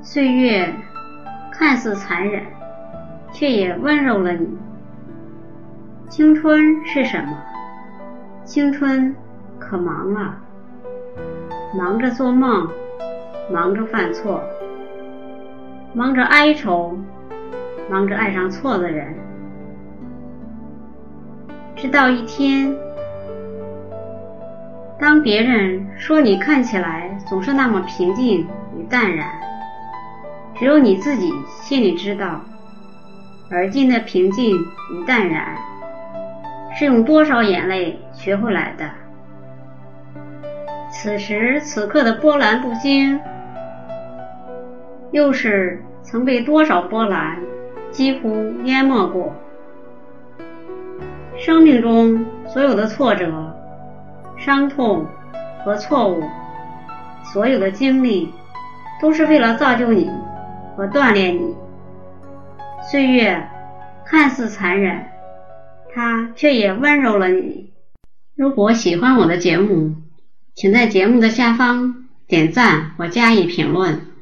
岁月看似残忍，却也温柔了你。青春是什么？青春可忙了，忙着做梦，忙着犯错，忙着哀愁，忙着爱上错的人。直到一天，当别人说你看起来总是那么平静与淡然，只有你自己心里知道，而今的平静与淡然是用多少眼泪学回来的。此时此刻的波澜不惊，又是曾被多少波澜几乎淹没过。生命中所有的挫折、伤痛和错误，所有的经历，都是为了造就你和锻炼你。岁月看似残忍，它却也温柔了你。如果喜欢我的节目，请在节目的下方点赞或加以评论。